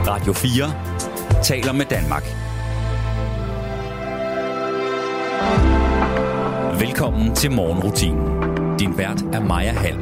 Radio 4 taler med Danmark. Velkommen til morgenrutinen. Din vært er Maja Hall.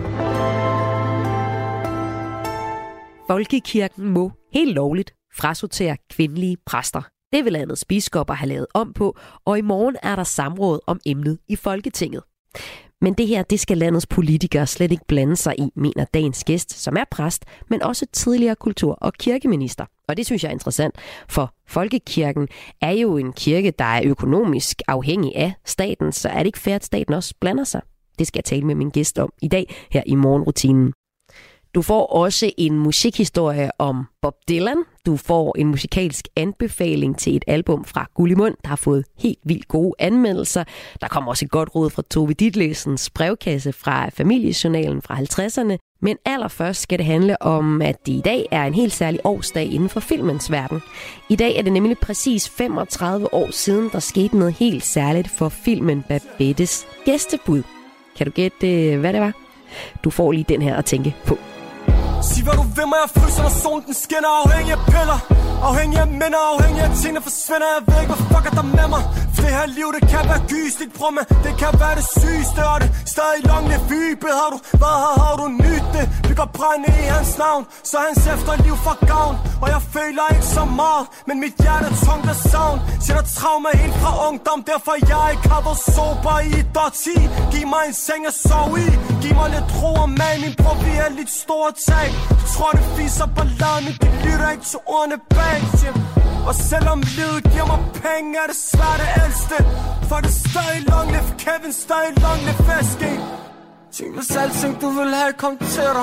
Folkekirken må helt lovligt frasortere kvindelige præster. Det vil landets biskopper have lavet om på, og i morgen er der samråd om emnet i Folketinget. Men det her, det skal landets politikere slet ikke blande sig i, mener dagens gæst, som er præst, men også tidligere kultur- og kirkeminister. Og det synes jeg er interessant, for folkekirken er jo en kirke, der er økonomisk afhængig af staten, så er det ikke fair, at staten også blander sig. Det skal jeg tale med min gæst om i dag her i morgenrutinen. Du får også en musikhistorie om Bob Dylan. Du får en musikalsk anbefaling til et album fra Guld i Mund, der har fået helt vildt gode anmeldelser. Der kommer også et godt råd fra Tove Ditlevsens brevkasse fra familiejournalen fra 50'erne. Men allerførst skal det handle om, at det i dag er en helt særlig årsdag inden for filmens verden. I dag er det nemlig præcis 35 år siden, der skete noget helt særligt for filmen Babettes gæstebud. Kan du gætte, hvad det var? Du får lige den her at tænke på. Sig hvad du vil mig, jeg fryser, når solen den skinner. Afhængig af piller, afhængig af minder, afhængig af tingene forsvinder. Jeg ved ikke, hvad fuck er der med mig. For det her liv, det kan være gysligt, bror, men det kan være det sygeste. Og det stadig long live vybet. Har du været her, har du nyt det? Vi går brænde i hans navn, så hans efterliv for gavn. Og jeg føler ikke så meget, men mit hjerte er tungt af savn. Sætter traume helt fra ungdom, derfor jeg ikke har været sober i et årti. Giv mig en seng at sove i, giv mig lidt ro og mag. Min bror, vi er lidt store tag. Du tror det fiser på laden, men det lytter ikke til ordene bag. Og selvom livet giver mig penge, er det svært at elske. For det er stadig long live Kevin, stadig long live Veski. Tænk hvis alting du vil have kom til dig.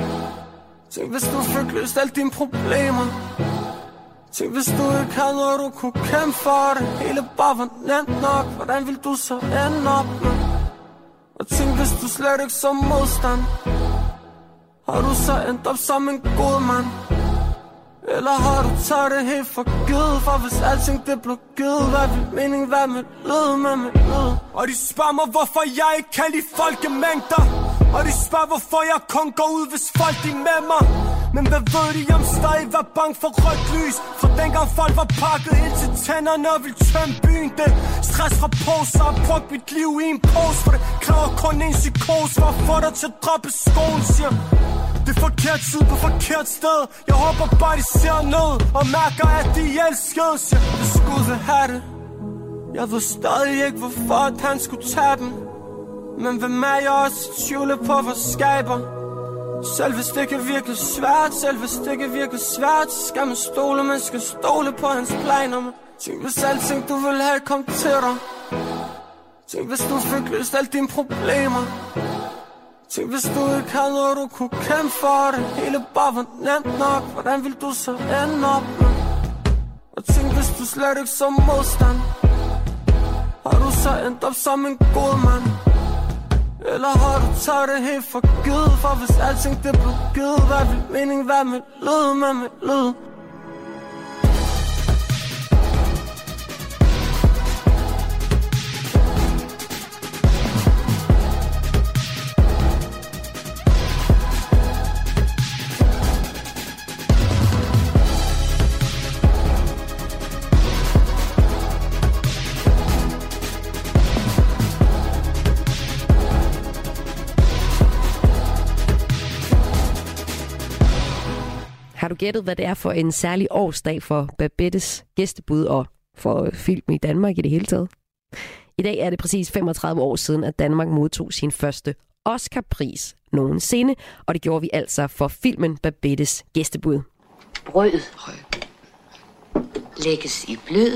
Tænk hvis du fik løst alle dine problemer. Tænk hvis du ikke havde noget du kunne kæmpe for det. Hele bare var nemt nok, hvordan vil du så ende op med? Og tænk hvis du slet ikke så modstand. Har du så endt op som en god mand? Eller har du taget det helt for givet? For hvis alting det blev givet, hvad vil mening være med lyd, med lyd? Og de spørger mig, hvorfor jeg ikke kan lide folkemængder. Og de spørger, hvorfor jeg kun går ud, hvis folk de er med mig. Men hvad ved de om stadig var bange for rødt lys? For dengang folk var pakket ind til tænderne og ville tømme byen. Det stress fra poser og brugt mit liv i en pose. For det kræver kun en psykose for at få dig til at droppe skolen, siger. Det er forkert tid på forkert sted. Jeg håber bare de ser ned og mærker at de elsker, siger. Hvis Gud vil have det. Jeg ved stadig ikke hvorfor at han skulle tage dem. Men hvem er jeg også i tvivl på for skaber? Selv hvis det kan virke svært, selv hvis det kan virke svært, så skal man stole, man skal stole på hans planer. Tænk hvis alting du vil have kom til dig. Tænk hvis du fik løst alle dine problemer. Tænk hvis du ikke havde noget du kunne kæmpe for det. Hele bare var nemt nok, hvordan vil du så ende op med? Og tænk hvis du slet ikke så modstand. Har du så endt op som en god mand? Eller har du taget det helt for givet? For hvis alting det blev givet, hvad vil mening være med lyd, med lyd? Har du gættet, hvad det er for en særlig årsdag for Babettes gæstebud og for film i Danmark i det hele taget? I dag er det præcis 35 år siden, at Danmark modtog sin første Oscar-pris nogensinde, og det gjorde vi altså for filmen Babettes gæstebud. Brød lægges i blød.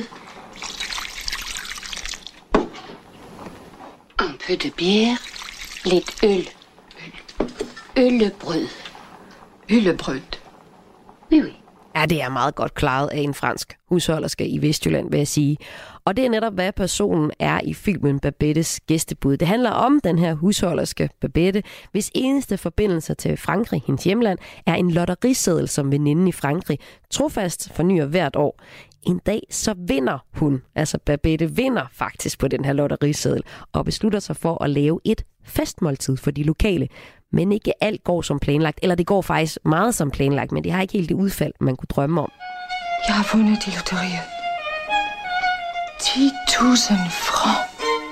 Un peu de bière. Lidt øl. Øllebrød. Øllebrød. Oui, oui. Ja, det er meget godt klaret af en fransk husholderske i Vestjylland, vil jeg sige. Og det er netop, hvad personen er i filmen Babettes gæstebud. Det handler om den her husholderske Babette, hvis eneste forbindelse til Frankrig, hendes hjemland, er en lotteriseddel, som veninden i Frankrig trofast fornyer hvert år. En dag så vinder hun, altså Babette vinder faktisk på den her lotteriseddel, og beslutter sig for at lave et festmåltid for de lokale. Men ikke alt går som planlagt, eller det går faktisk meget som planlagt, men det har ikke helt det udfald, man kunne drømme om. Jeg har fundet det i lotteriet. 10.000 francs.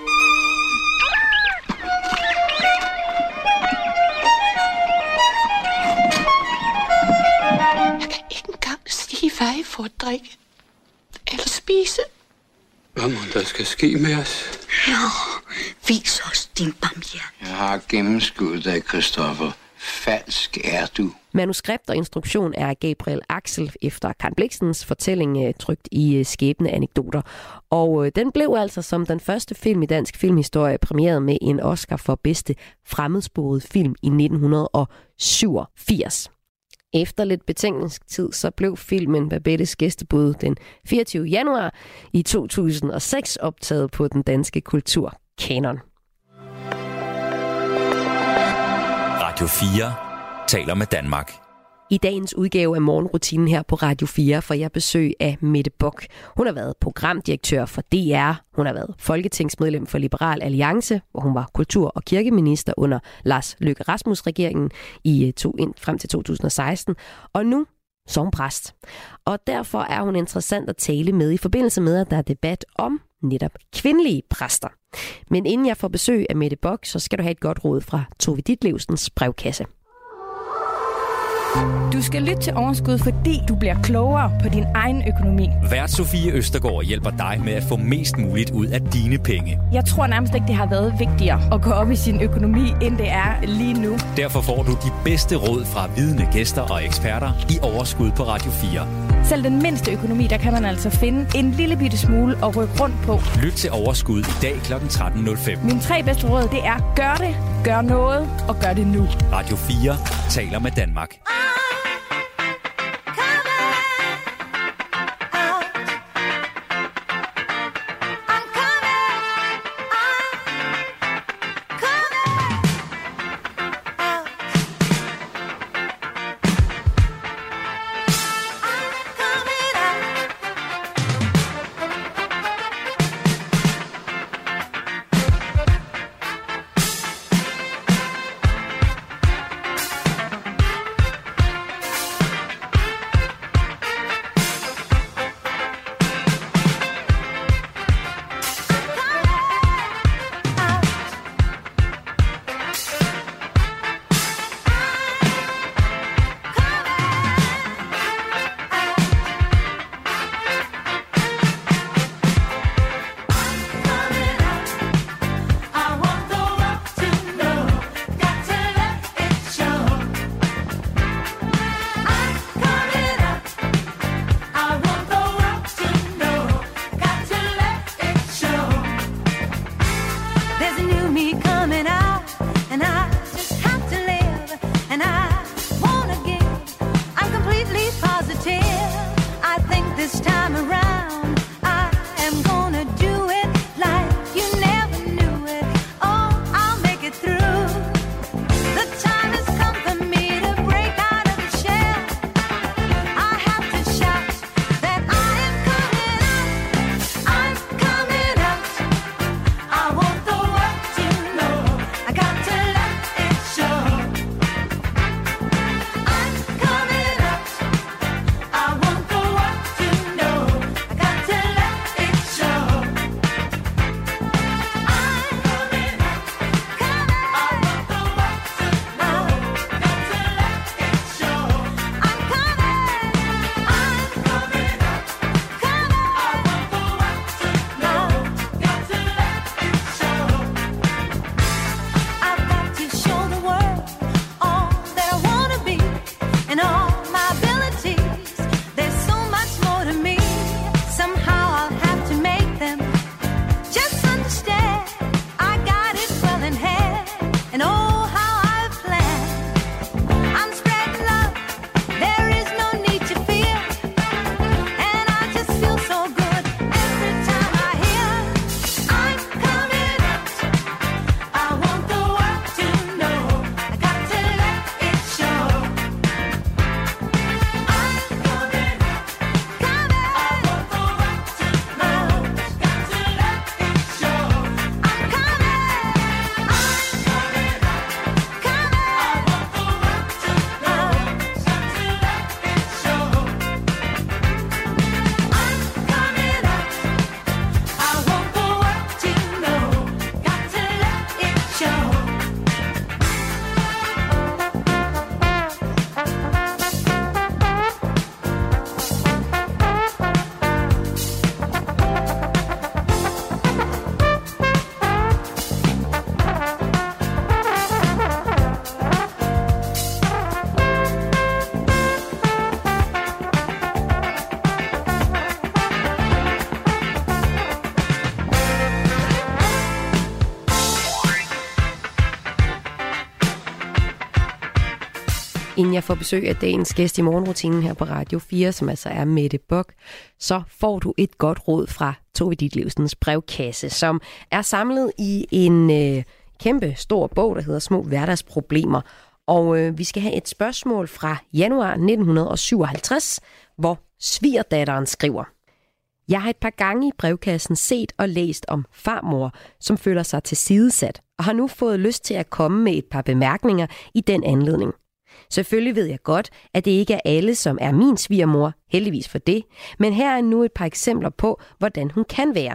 Jeg kan ikke engang sige, hvad I får at drikke. Eller spise. Hvad må der skal ske med os? Nå, vis os din barmhjertighed. Jeg har gennemskuddet dig, Christoffer. Falsk er du. Manuskript og instruktion er Gabriel Axel efter Karen Blixens fortælling trykt i Skæbneanekdoter. Og den blev altså som den første film i dansk filmhistorie premieret med en Oscar for bedste fremmedsprogede film i 1987. Efter lidt betænkningstid, så blev filmen Babettes gæstebud den 24. januar i 2006 optaget på den danske kulturkanon. Radio 4 taler med Danmark. I dagens udgave af morgenrutinen her på Radio 4 får jeg besøg af Mette Bock. Hun har været programdirektør for DR. Hun har været folketingsmedlem for Liberal Alliance, hvor hun var kultur- og kirkeminister under Lars Løkke Rasmussen-regeringen frem til 2016. Og nu som præst. Og derfor er hun interessant at tale med i forbindelse med, at der er debat om netop kvindelige præster. Men inden jeg får besøg af Mette Bock, så skal du have et godt råd fra Tove Ditlevsens brevkasse. Du skal lytte til Overskud, fordi du bliver klogere på din egen økonomi. Vært Sofie Østergaard hjælper dig med at få mest muligt ud af dine penge. Jeg tror nærmest ikke, det har været vigtigere at gå op i sin økonomi, end det er lige nu. Derfor får du de bedste råd fra vidende gæster og eksperter i Overskud på Radio 4. Selv den mindste økonomi, der kan man altså finde en lille bitte smule at rykke rundt på. Lyt til Overskud i dag kl. 13.05. Mine 3 bedste råd, det er gør det, gør noget og gør det nu. Radio 4 taler med Danmark. inden jeg får besøg af dagens gæst i morgenrutinen her på Radio 4, som altså er Mette Bock, så får du et godt råd fra Tove Ditlevsens brevkasse, som er samlet i en kæmpe stor bog, der hedder Små hverdagsproblemer. Og vi skal have et spørgsmål fra januar 1957, hvor svigerdatteren skriver: Jeg har et par gange i brevkassen set og læst om farmor, som føler sig tilsidesat, og har nu fået lyst til at komme med et par bemærkninger i den anledning. Selvfølgelig ved jeg godt, at det ikke er alle, som er min svigermor, heldigvis for det, men her er nu et par eksempler på, hvordan hun kan være.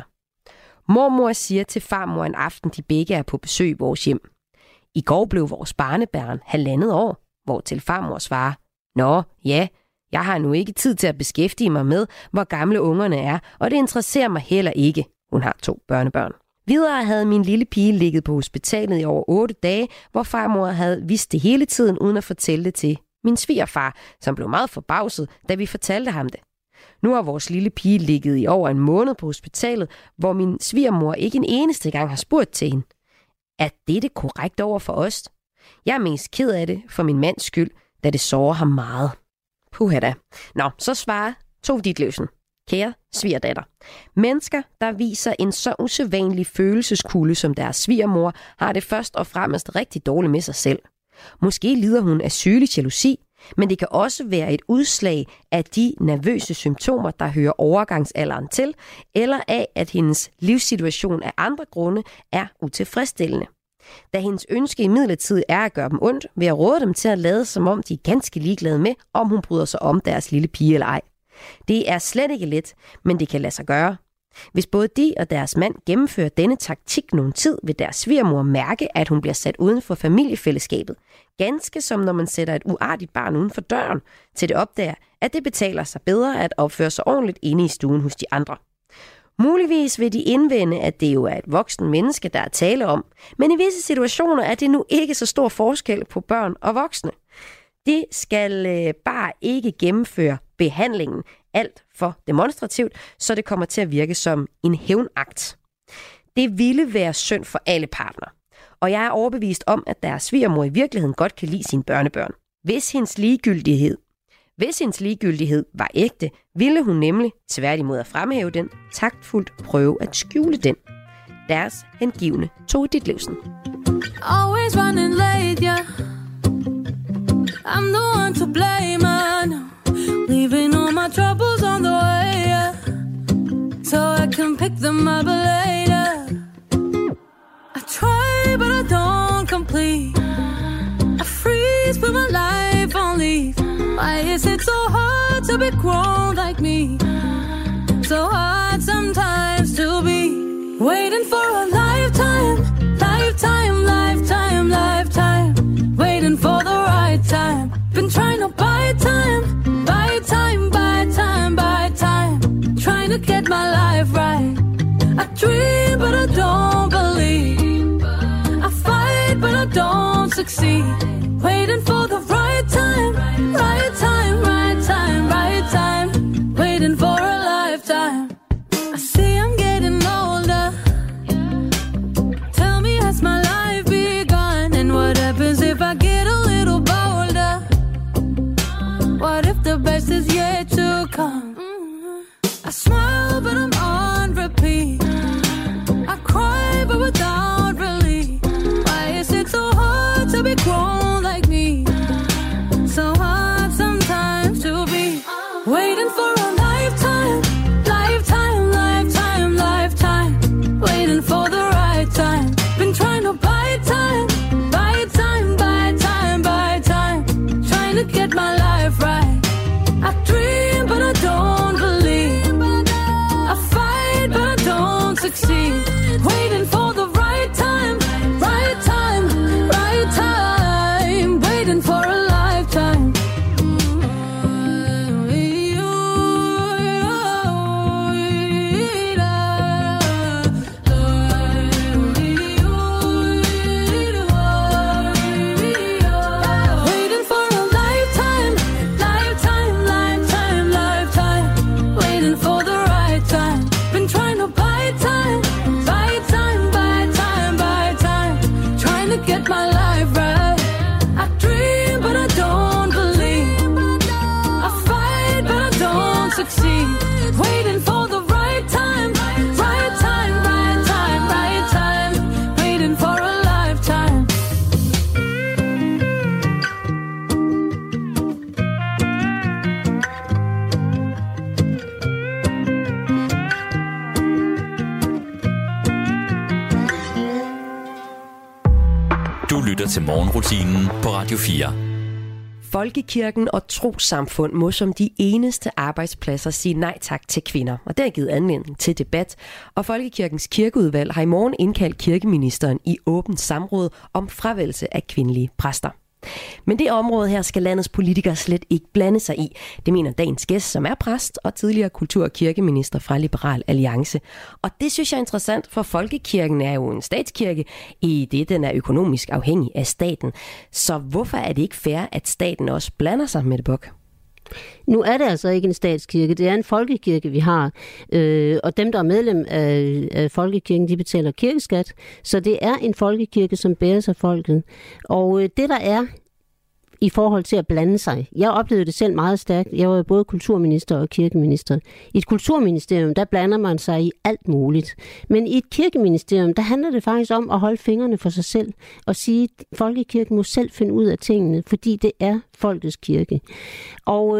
Mormor siger til farmor en aften, de begge er på besøg i vores hjem: I går blev vores barnebarn 1,5 år, hvortil farmor svarer: Nå, ja, jeg har nu ikke tid til at beskæftige mig med, hvor gamle ungerne er, og det interesserer mig heller ikke. Hun har 2 børnebørn. Videre havde min lille pige ligget på hospitalet i over 8 dage, hvor farmor havde vidst det hele tiden, uden at fortælle det til min svigerfar, som blev meget forbavset, da vi fortalte ham det. Nu har vores lille pige ligget i over 1 måned på hospitalet, hvor min svigermor ikke en eneste gang har spurgt til hende: Er dette korrekt over for os? Jeg er mest ked af det for min mands skyld, da det sårer ham meget. Puha da. Nå, så svarer Tove Ditlevsen: Kære svigerdatter, mennesker, der viser en så usædvanlig følelseskulde som deres svigermor, har det først og fremmest rigtig dårligt med sig selv. Måske lider hun af sygelig jalousi, men det kan også være et udslag af de nervøse symptomer, der hører overgangsalderen til, eller af, at hendes livssituation af andre grunde er utilfredsstillende. Da hendes ønske imidlertid er at gøre dem ondt, vil jeg råde dem til at lade, som om de er ganske ligeglade med, om hun bryder sig om deres lille pige eller ej. Det er slet ikke let, men det kan lade sig gøre. Hvis både de og deres mand gennemfører denne taktik nogen tid, vil deres svigermor mærke, at hun bliver sat uden for familiefællesskabet. Ganske som når man sætter et uartigt barn uden for døren, til det opdager, at det betaler sig bedre at opføre sig ordentligt inde i stuen hos de andre. Muligvis vil de indvende, at det jo er et voksen menneske, der er tale om, men i visse situationer er det nu ikke så stor forskel på børn og voksne. Det skal bare ikke gennemføre behandlingen alt for demonstrativt, så det kommer til at virke som en hævnakt. Det ville være synd for alle partnere, og jeg er overbevist om, at deres svigermor i virkeligheden godt kan lide sine børnebørn. Hvis hendes ligegyldighed var ægte, ville hun nemlig, tværtimod at fremhæve den, taktfuldt prøve at skjule den. Deres hengivne Tove Ditlevsen. Always running late, yeah. I'm the one to blame, I know. Leaving all my troubles on the way, yeah. So I can pick them up later. I try, but I don't complete. I freeze, put my life on leave. Why is it so hard to be grown like me? So hard sometimes to be waiting for a lifetime, lifetime, lifetime, lifetime. Waiting for the right time. Been trying to buy time, buy time, buy time, buy time. Trying to get my life right. I dream, but I don't believe. I fight, but I don't succeed. Waiting for the right time, right time, right time, right time. Waiting for a lifetime. I see I'm getting older. Tell me, has my life begun? And what happens if I get a little bolder? What if the best is yet to come? I smile, but I'm on repeat. I cry, but without relief. Why is it so hard to be grown like me? So hard sometimes to be waiting for a lifetime, lifetime, lifetime, lifetime. Waiting for the right time. Been trying to buy time, buy time, buy time, buy time. Trying to get my life right. I dream, but I don't believe. I backseat, waiting for the right time, right time, right time, right time, waiting for a lifetime. Du lytter til morgenrutinen på Radio 4. Folkekirken og trossamfund må som de eneste arbejdspladser sige nej tak til kvinder, og det har givet anledning til debat. Og Folkekirkens kirkeudvalg har i morgen indkaldt kirkeministeren i åbent samråd om fravælgelse af kvindelige præster. Men det område her skal landets politikere slet ikke blande sig i. Det mener dagens gæst, som er præst og tidligere kultur- og kirkeminister fra Liberal Alliance. Og det synes jeg er interessant, for folkekirken er jo en statskirke, i det den er økonomisk afhængig af staten. Så hvorfor er det ikke fair, at staten også blander sig med det, Bock? Nu er det altså ikke en statskirke, det er en folkekirke, vi har. Og dem, der er medlem af folkekirken, de betaler kirkeskat. Så det er en folkekirke, som bæres af folket. Og det, der er i forhold til at blande sig. Jeg oplevede det selv meget stærkt. Jeg var både kulturminister og kirkeminister. I et kulturministerium, der blander man sig i alt muligt. Men i et kirkeministerium, der handler det faktisk om at holde fingrene for sig selv og sige, at folkekirken må selv finde ud af tingene, fordi det er folkets kirke. Og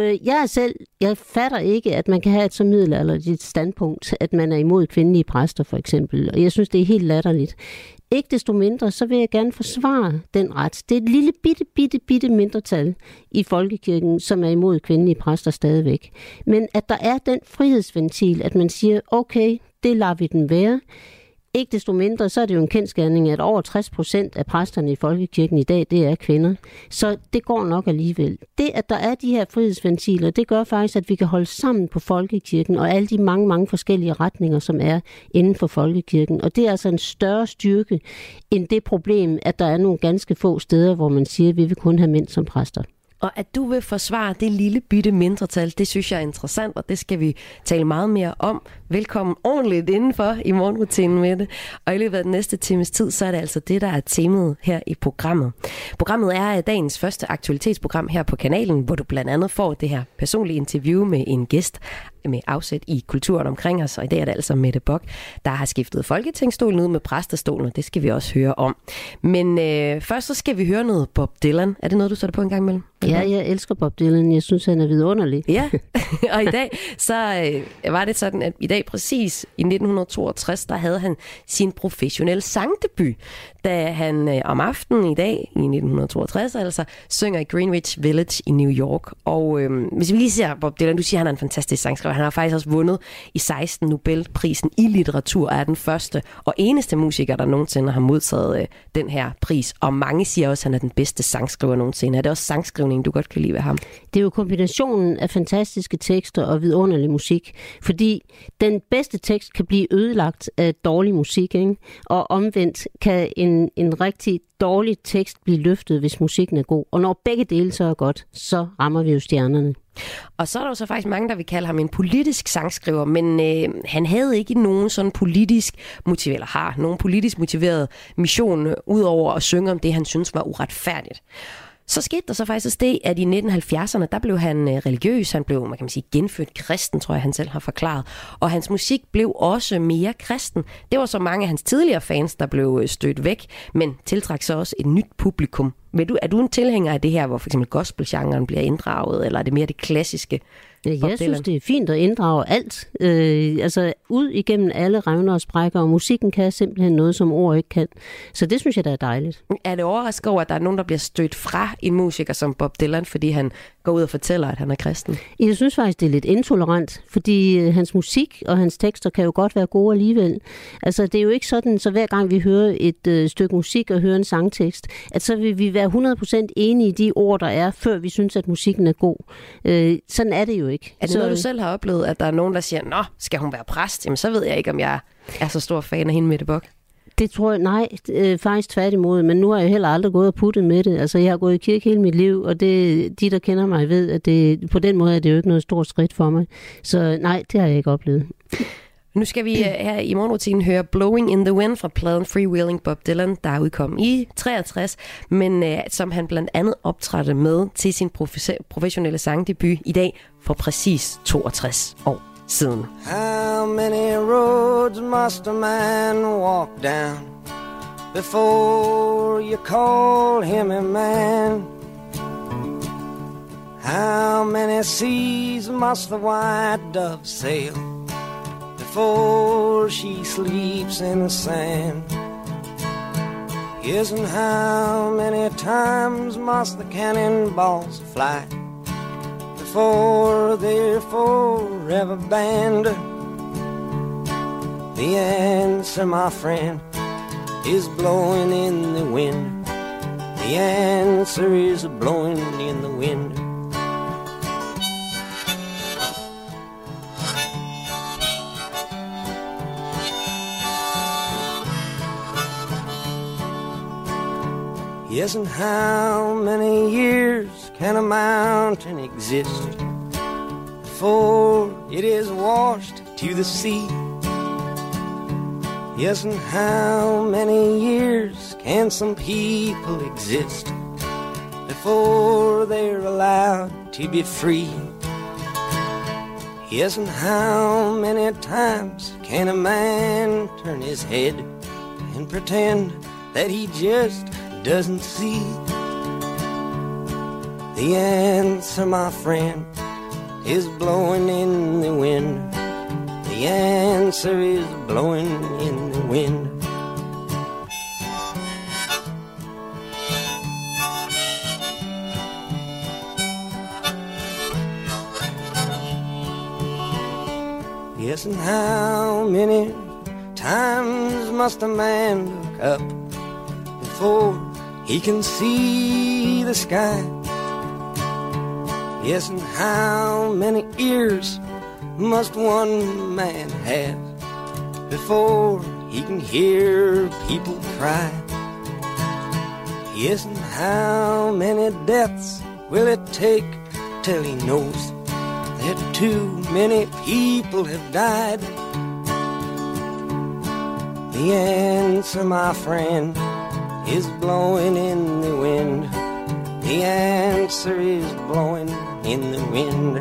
jeg fatter ikke, at man kan have et så middelalderligt standpunkt, at man er imod kvindelige præster, for eksempel. Og jeg synes, det er helt latterligt. Ikke desto mindre, så vil jeg gerne forsvare den ret. Det er et lille bitte mindretal i folkekirken, som er imod kvindelige præster stadigvæk. Men at der er den frihedsventil, at man siger, okay, det lader vi den være. Ikke desto mindre, så er det jo en kendsgerning, at over 60% af præsterne i folkekirken i dag, det er kvinder. Så det går nok alligevel. Det, at der er de her frihedsventiler, det gør faktisk, at vi kan holde sammen på folkekirken og alle de mange forskellige retninger, som er inden for folkekirken. Og det er altså en større styrke end det problem, at der er nogle ganske få steder, hvor man siger, at vi vil kun have mænd som præster. Og at du vil forsvare det lille bitte mindretal, det synes jeg er interessant, og det skal vi tale meget mere om. Velkommen ordentligt indenfor i morgenrutinen med det. Og i løbet af den næste times tid, så er det altså det, der er temaet her i programmet. Programmet er dagens første aktualitetsprogram her på kanalen, hvor du blandt andet får det her personlige interview med en gæst med afsæt i kulturen omkring os. Og i dag er det altså Mette Bock, der har skiftet folketingsstolen ud med præstestolen, og det skal vi også høre om. Men først så skal vi høre noget Bob Dylan. Er det noget, du sætter på en gang imellem? Ja, jeg elsker Bob Dylan. Jeg synes, han er vidunderlig. Ja, og i dag så var det sådan, at i dag præcis i 1962, der havde han sin professionelle sangdebut, da han om aftenen i dag, i 1962 altså, synger i Greenwich Village i New York. Og hvis vi lige ser Bob Dylan, du siger, han er en fantastisk sangskriver. Han har faktisk også vundet i 16 Nobelprisen i litteratur, og er den første og eneste musiker, der nogensinde har modtaget den her pris. Og mange siger også, at han er den bedste sangskriver nogensinde. Er det også sangskrivning, du godt kan lide ved ham? Det er jo kombinationen af fantastiske tekster og vidunderlig musik, fordi den bedste tekst kan blive ødelagt af dårlig musik, ikke? Og omvendt kan en rigtig dårlig tekst blive løftet, hvis musikken er god. Og når begge dele så er godt, så rammer vi jo stjernerne. Og så er der jo så faktisk mange, der vil kalde ham en politisk sangskriver, men han havde ikke nogen sådan politisk motiveret, eller har nogen politisk motiveret mission, udover at synge om det, han synes var uretfærdigt. Så skete der så faktisk det, at i 1970'erne, der blev han religiøs, han blev, man kan sige, genfødt kristen, tror jeg, han selv har forklaret. Og hans musik blev også mere kristen. Det var så mange af hans tidligere fans, der blev stødt væk, men tiltrak så også et nyt publikum. Er du en tilhænger af det her, hvor for eksempel gospelgenren bliver inddraget, eller er det mere det klassiske? Ja, jeg synes, det er fint at inddrage alt. Altså ud igennem alle revner og sprækker, og musikken kan simpelthen noget, som ord ikke kan. Så det synes jeg, der er dejligt. Er det overrasket over, at der er nogen, der bliver stødt fra en musiker som Bob Dylan, fordi han går ud og fortæller, at han er kristen? Jeg synes faktisk, det er lidt intolerant, fordi hans musik og hans tekster kan jo godt være gode alligevel. Altså, det er jo ikke sådan, så hver gang vi hører et stykke musik og hører en sangtekst, at så vil vi være 100% enige i de ord, der er, før vi synes, at musikken er god. Sådan er det jo ikke. Er det noget, du selv har oplevet, at der er nogen, der siger, nå, skal hun være præst? Jamen, så ved jeg ikke, om jeg er så stor fan af hende, Mette Bock. Det tror jeg, nej, faktisk tværtimod, men nu har jeg heller aldrig gået og puttet med det. Altså, jeg har gået i kirke hele mit liv, og de, der kender mig, ved, at på den måde er det jo ikke noget stort skridt for mig. Så nej, det har jeg ikke oplevet. Nu skal vi her i morgenrutinen høre Blowing in the Wind fra pladen Freewheeling Bob Dylan, der udkom i 63, men som han blandt andet optrådte med til sin professionelle sangdebut i dag for præcis 62 år siden. How many roads must a man walk down before you call him a man? How many seas must the white dove sail before she sleeps in the sand? Yes, and how many times must the cannonballs fly before they're forever banned? The answer, my friend, is blowing in the wind. The answer is blowing in the wind. Yes, and how many years can a mountain exist before it is washed to the sea? Yes, and how many years can some people exist before they're allowed to be free? Yes, and how many times can a man turn his head and pretend that he just doesn't see? The answer, my friend, is blowing in the wind. The answer is blowing in the wind. Yes, and how many times must a man look up before he can see the sky? Yes, and how many ears must one man have before he can hear people cry? Yes, and how many deaths will it take till he knows that too many people have died? The answer, my friend, is blowing in the wind. The answer is blowing in the wind.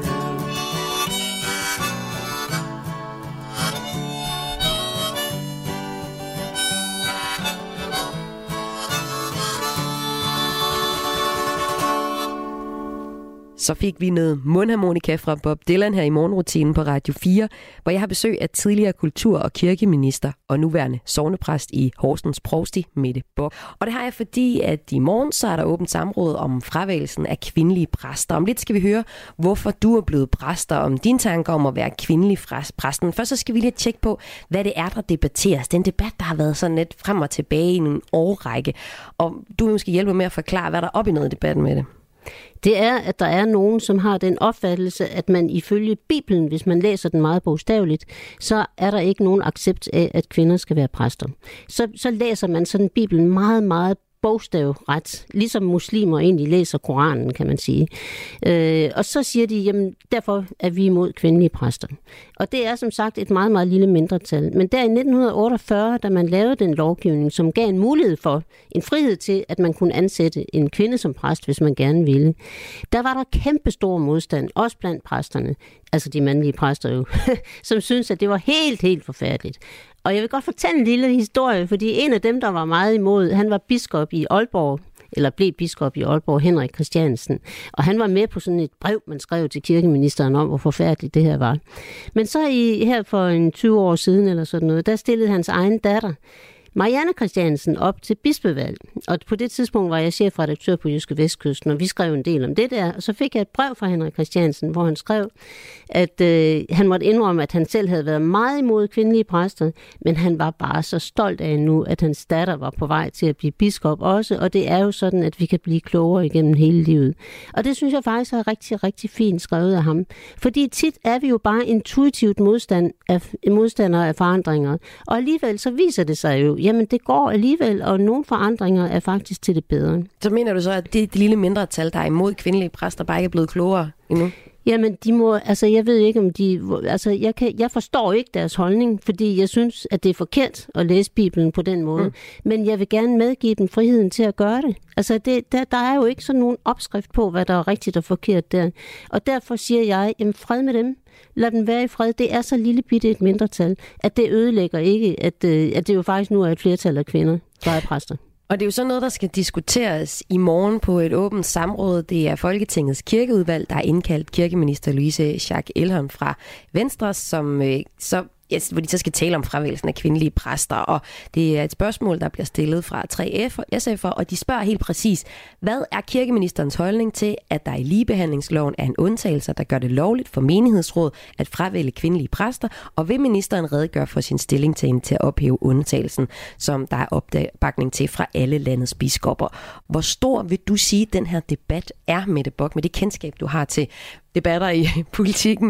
Så fik vi noget mundharmonika fra Bob Dylan her i morgenrutinen på Radio 4, hvor jeg har besøg af tidligere kultur- og kirkeminister og nuværende sognepræst i Horsens Provsti, Mette Bock. Og det har jeg, fordi at i morgen så er der åbent samråd om fravælgelsen af kvindelige præster. Om lidt skal vi høre, hvorfor du er blevet præster, om dine tanker om at være kvindelig præsten. Først så skal vi lige tjekke på, hvad det er, der debatteres. Den debat, der har været sådan lidt frem og tilbage i en årrække. Og du vil måske hjælpe med at forklare, hvad der er op i noget i debatten med det. Det er, at der er nogen, som har den opfattelse, at man ifølge Bibelen, hvis man læser den meget bogstaveligt, så er der ikke nogen accept af, at kvinder skal være præster. Så læser man sådan Bibelen meget, meget bogstavret, ligesom muslimer egentlig læser Koranen, kan man sige. Og så siger de, jamen derfor er vi imod kvindelige præster. Og det er som sagt et meget, meget lille mindretal. Men der i 1948, da man lavede den lovgivning, som gav en mulighed for, en frihed til, at man kunne ansætte en kvinde som præst, hvis man gerne ville, der var der kæmpe stor modstand, også blandt præsterne, altså de mandlige præster jo, som syntes, at det var helt, helt forfærdeligt. Og jeg vil godt fortælle en lille historie, fordi en af dem, der var meget imod, han var biskop i Aalborg, eller blev biskop i Aalborg, Henrik Christiansen. Og han var med på sådan et brev, man skrev til kirkeministeren om, hvor forfærdeligt det her var. Men så her for en 20 år siden, eller sådan noget, der stillede hans egen datter, Marianne Christiansen, op til bispevalg. Og på det tidspunkt var jeg chefredaktør på Jyske Vestkysten, og vi skrev en del om det der. Og så fik jeg et brev fra Henrik Christiansen, hvor han skrev, at han måtte indrømme, at han selv havde været meget imod kvindelige præster, men han var bare så stolt af nu, at hans datter var på vej til at blive biskop også. Og det er jo sådan, at vi kan blive klogere igennem hele livet. Og det synes jeg faktisk er rigtig, rigtig fint skrevet af ham. Fordi tit er vi jo bare intuitivt modstandere af forandringer. Og alligevel så viser det sig jo, jamen det går alligevel, og nogle forandringer er faktisk til det bedre. Så mener du så, at det lille mindretal, der er imod kvindelige præster, bare ikke er blevet klogere endnu? Jamen, de må, altså jeg ved ikke, om de, altså jeg forstår ikke deres holdning, fordi jeg synes, at det er forkert at læse Bibelen på den måde. Men jeg vil gerne medgive dem friheden til at gøre det. Altså, der er jo ikke sådan nogen opskrift på, hvad der er rigtigt og forkert der. Og derfor siger jeg, jamen fred med dem. Lad dem være i fred. Det er så lille bitte et mindretal, at det ødelægger ikke, at det jo faktisk nu er et flertal af kvinder, der er præster. Og det er jo sådan noget, der skal diskuteres i morgen på et åbent samråd. Det er Folketingets kirkeudvalg, der har indkaldt kirkeminister Louise Schack Elholm fra Venstre, hvor de så skal tale om fravælgelsen af kvindelige præster. Og det er et spørgsmål, der bliver stillet fra 3F og SF'er, og de spørger helt præcis, hvad er kirkeministerens holdning til, at der i ligebehandlingsloven er en undtagelse, der gør det lovligt for menighedsråd at fravælge kvindelige præster, og vil ministeren redegøre for sin stillingtagen til at ophæve undtagelsen, som der er opbakning til fra alle landets biskopper. Hvor stor vil du sige, den her debat er, Mette Bock, med det kendskab, du har til debatter i politikken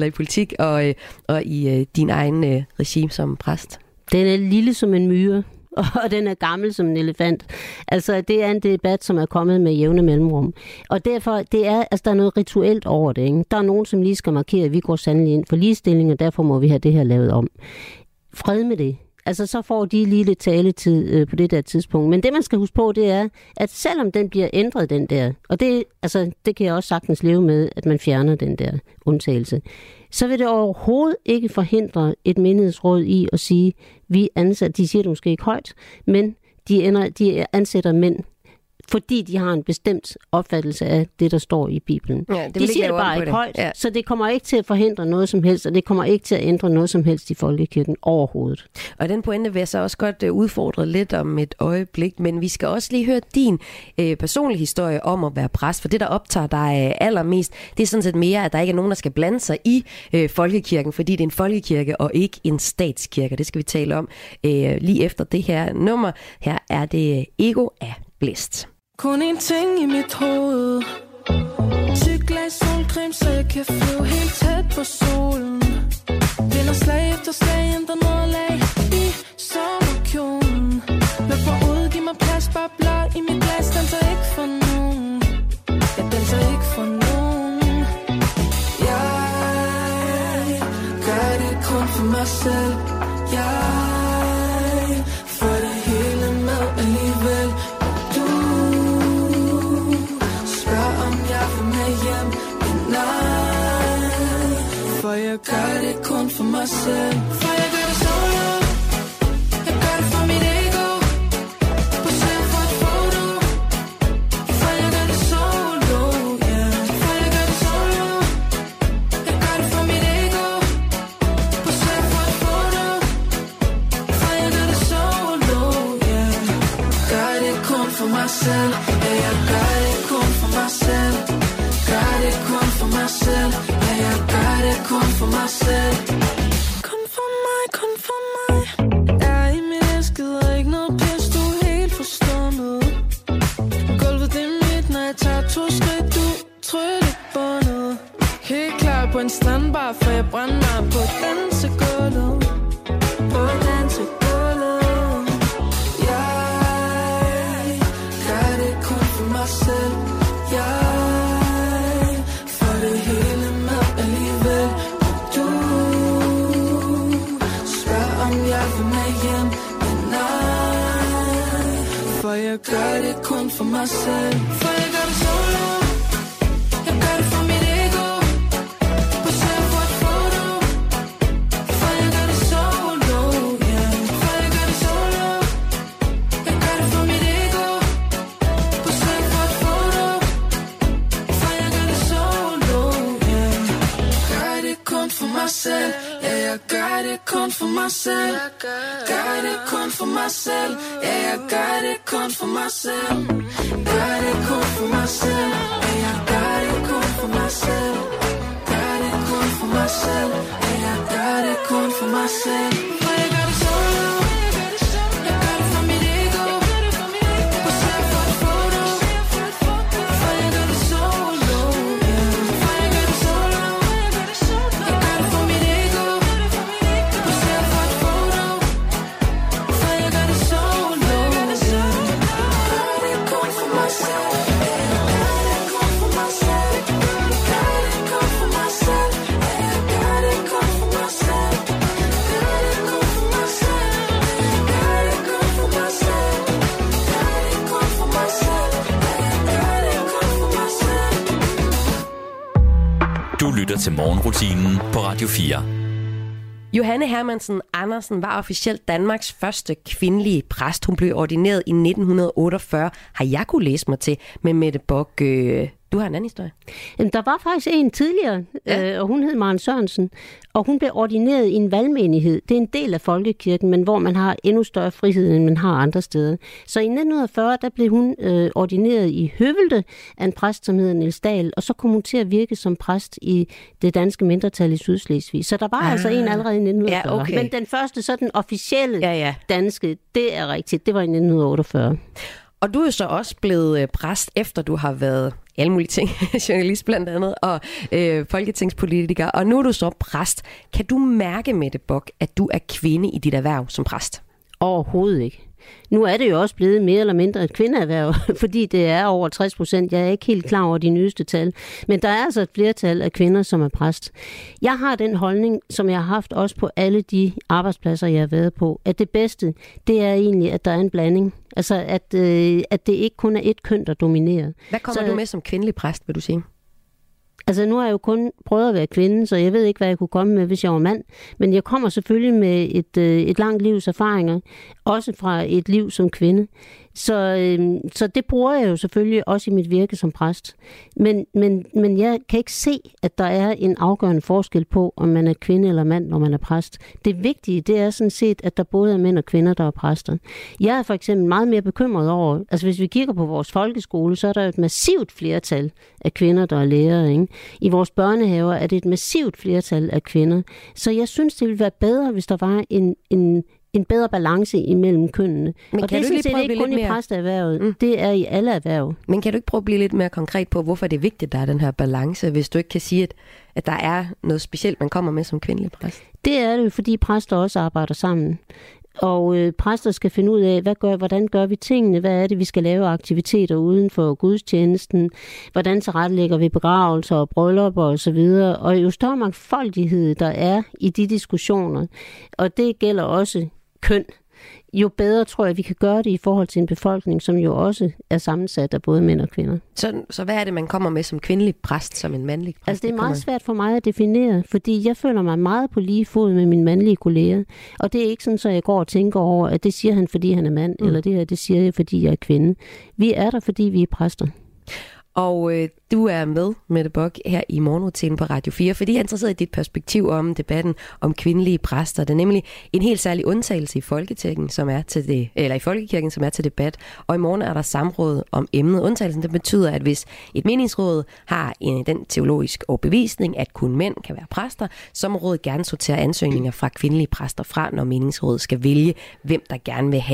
og i din egen regime som præst? Den er lille som en myre, og den er gammel som en elefant. Altså, det er en debat, som er kommet med jævne mellemrum. Og derfor, der er noget rituelt over det, ikke? Der er nogen, som lige skal markere, at vi går sandelig ind for ligestilling, og derfor må vi have det her lavet om. Fred med det. Altså, så får de lige lidt taletid på det der tidspunkt. Men det, man skal huske på, det er, at selvom den bliver ændret, den der, og det kan jeg også sagtens leve med, at man fjerner den der undtagelse, så vil det overhovedet ikke forhindre et menighedsråd i at sige, vi ansætter, de siger det måske ikke højt, men de ansætter mænd, fordi de har en bestemt opfattelse af det, der står i Bibelen. Ja, de siger det bare ikke højt, ja. Så det kommer ikke til at forhindre noget som helst, og det kommer ikke til at ændre noget som helst i folkekirken overhovedet. Og den pointe vil jeg så også godt udfordre lidt om et øjeblik, men vi skal også lige høre din personlige historie om at være præst, for det, der optager dig allermest, det er sådan set mere, at der ikke er nogen, der skal blande sig i folkekirken, fordi det er en folkekirke og ikke en statskirke. Det skal vi tale om lige efter det her nummer. Her er det Ego af Blæst. Kun en ting i mit hoved. Tyk glas solcreme, så jeg kan flyve helt tæt på solen. Vinder slag efter slag, ændrer noget lag i sommerkjolen. Luk mig ud, giv mig plads, bare blot i mit glas. Danser ikke for nogen. Jeg danser ikke for nogen. Jeg gør det kun for mig selv. Jeg får det hele med alligevel. For jeg gør det kun for mig selv. For jeg gør det solo. Jeg gør det for mit ego. Poserer for et foto. For jeg gør det solo, yeah. For jeg gør det solo. Jeg gør det for mit ego. Poserer for et foto. For jeg gør det solo, yeah. Gør det kun for mig selv. Ja, jeg gør det kun for mig selv. Gør det kun for mig selv. Ja, jeg gør det kun for mig selv. Kun for mig, kun for mig. Jeg er i mit elsket og ikke noget pis, du er helt forstummet. Gulvet det er mit, når jeg tager 2 skridt, du tryllebåndet. Helt klar på en standbar, for jeg brænder mig på dansegulvet. På dansegulvet. Jeg gør det kun for mig selv. Jeg jeg gør det kun for mig selv. For jeg gør det solo. Jeg gør det for mit ego. Poserer for et foto. For jeg gør det solo, yeah. For jeg gør det solo. Jeg gør det for mit ego. Poserer for et foto. For jeg gør det solo, yeah. Gør det kun for mig selv. Ja, jeg gør det kun for mig selv. Gør det kun for mig selv. Ja, jeg gør det kun for mig selv. Gør det kun for mig selv. Ja, jeg gør det kun for mig selv. Gør det kun for mig selv. Ja, jeg gør det kun for mig selv. For jeg gør det solo. Jeg gør det for mit ego. Poserer for et foto. For jeg gør det solo. For jeg gør det solo. Jeg gør det for mit ego. Poserer for et foto. For jeg gør det solo. Gør det kun for mig selv. Gør det kun for mig selv. Gør det kun for lytter til morgenrutinen på Radio 4. Johanne Hermansen Andersen var officielt Danmarks første kvindelige præst. Hun blev ordineret i 1948, har jeg kunne læse mig til, med Mette Bock. Du har en anden historie. Der var faktisk en tidligere, og hun hed Maren Sørensen, og hun blev ordineret i en valgmenighed. Det er en del af folkekirken, men hvor man har endnu større frihed, end man har andre steder. Så i 1940, der blev hun ordineret i Høvelte af en præst, som hedder Niels Dahl, og så kom hun til at virke som præst i det danske mindretal i Sydslesvig. Så der var altså en allerede i 1940. Ja, okay. Men den første, så den officielle danske, det er rigtigt, det var i 1948. Og du er så også blevet præst, efter du har været alle mulige ting, journalist blandt andet, og folketingspolitiker. Og nu er du så præst. Kan du mærke, Mette Bock, at du er kvinde i dit erhverv som præst? Overhovedet ikke. Nu er det jo også blevet mere eller mindre et kvindeerhverv, fordi det er over 60%. Jeg er ikke helt klar over de nyeste tal. Men der er altså et flertal af kvinder, som er præst. Jeg har den holdning, som jeg har haft også på alle de arbejdspladser, jeg har været på, at det bedste, det er egentlig, at der er en blanding. Altså, at det ikke kun er et køn, der dominerer. Hvad kommer du med som kvindelig præst, vil du sige? Altså, nu har jeg jo kun prøvet at være kvinde, så jeg ved ikke, hvad jeg kunne komme med, hvis jeg var mand. Men jeg kommer selvfølgelig med et langt livs erfaringer, også fra et liv som kvinde. Så det bruger jeg jo selvfølgelig også i mit virke som præst. Men jeg kan ikke se, at der er en afgørende forskel på, om man er kvinde eller mand, når man er præst. Det vigtige, det er sådan set, at der både er mænd og kvinder, der er præster. Jeg er for eksempel meget mere bekymret over, altså hvis vi kigger på vores folkeskole, så er der et massivt flertal af kvinder, der er lærere, ikke? I vores børnehaver er det et massivt flertal af kvinder. Så jeg synes, det ville være bedre, hvis der var en bedre balance imellem kønnene. Men og det er sådan set ikke kun i præsteerhvervet, det er i alle erhverv. Men kan du ikke prøve at blive lidt mere konkret på, hvorfor det er vigtigt, at der er den her balance, hvis du ikke kan sige, at der er noget specielt, man kommer med som kvindelig præst? Det er det jo, fordi præster også arbejder sammen. Og præster skal finde ud af, hvordan gør vi tingene? Hvad er det, vi skal lave aktiviteter uden for gudstjenesten? Hvordan tilrettelægger vi begravelser og bryllupper og så videre? Og jo større mangfoldighed der er i de diskussioner, og det gælder også køn, jo bedre tror jeg, vi kan gøre det i forhold til en befolkning, som jo også er sammensat af både mænd og kvinder. Så hvad er det, man kommer med som kvindelig præst, som en mandlig præst? Altså det er meget svært for mig at definere, fordi jeg føler mig meget på lige fod med mine mandlige kolleger. Og det er ikke sådan, så jeg går og tænker over, at det siger han, fordi han er mand, eller det her, det siger jeg, fordi jeg er kvinde. Vi er der, fordi vi er præster. Og du er med, Mette Bock, her i morgenrutinen på Radio 4, fordi jeg er interesseret i dit perspektiv om debatten om kvindelige præster. Det er nemlig en helt særlig undtagelse i Folkekirken, som er til debat. Og i morgen er der samråd om emnet. Undtagelsen, det betyder, at hvis et meningsråd har den teologisk overbevisning, at kun mænd kan være præster, så må rådet gerne sortere ansøgninger fra kvindelige præster fra, når meningsrådet skal vælge, hvem de gerne vil